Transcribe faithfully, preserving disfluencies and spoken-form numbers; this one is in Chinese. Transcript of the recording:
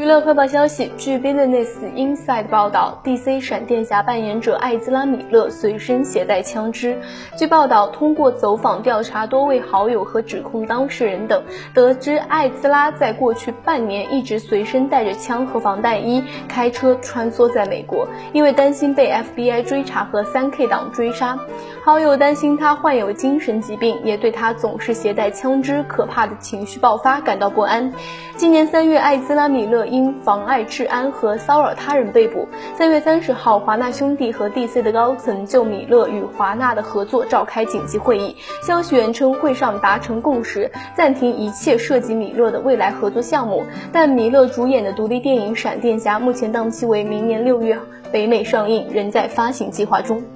娱乐快报消息，据 Business Insight 报道 ，D C 闪电侠扮演者艾兹拉·米勒随身携带枪支。据报道，通过走访调查多位好友和指控当事人等，得知艾兹拉在过去半年一直随身带着枪和防弹衣，开车穿梭在美国，因为担心被 F B I 追查和 三 K 党追杀。好友担心他患有精神疾病，也对他总是携带枪支、可怕的情绪爆发感到不安。今年三月，艾兹拉·米勒因妨碍治安和骚扰他人被捕。三月三十号，华纳兄弟和 D C 的高层就米勒与华纳的合作召开紧急会议。消息源称，会上达成共识，暂停一切涉及米勒的未来合作项目。但米勒主演的独立电影《闪电侠》目前档期为明年六月北美上映，仍在发行计划中。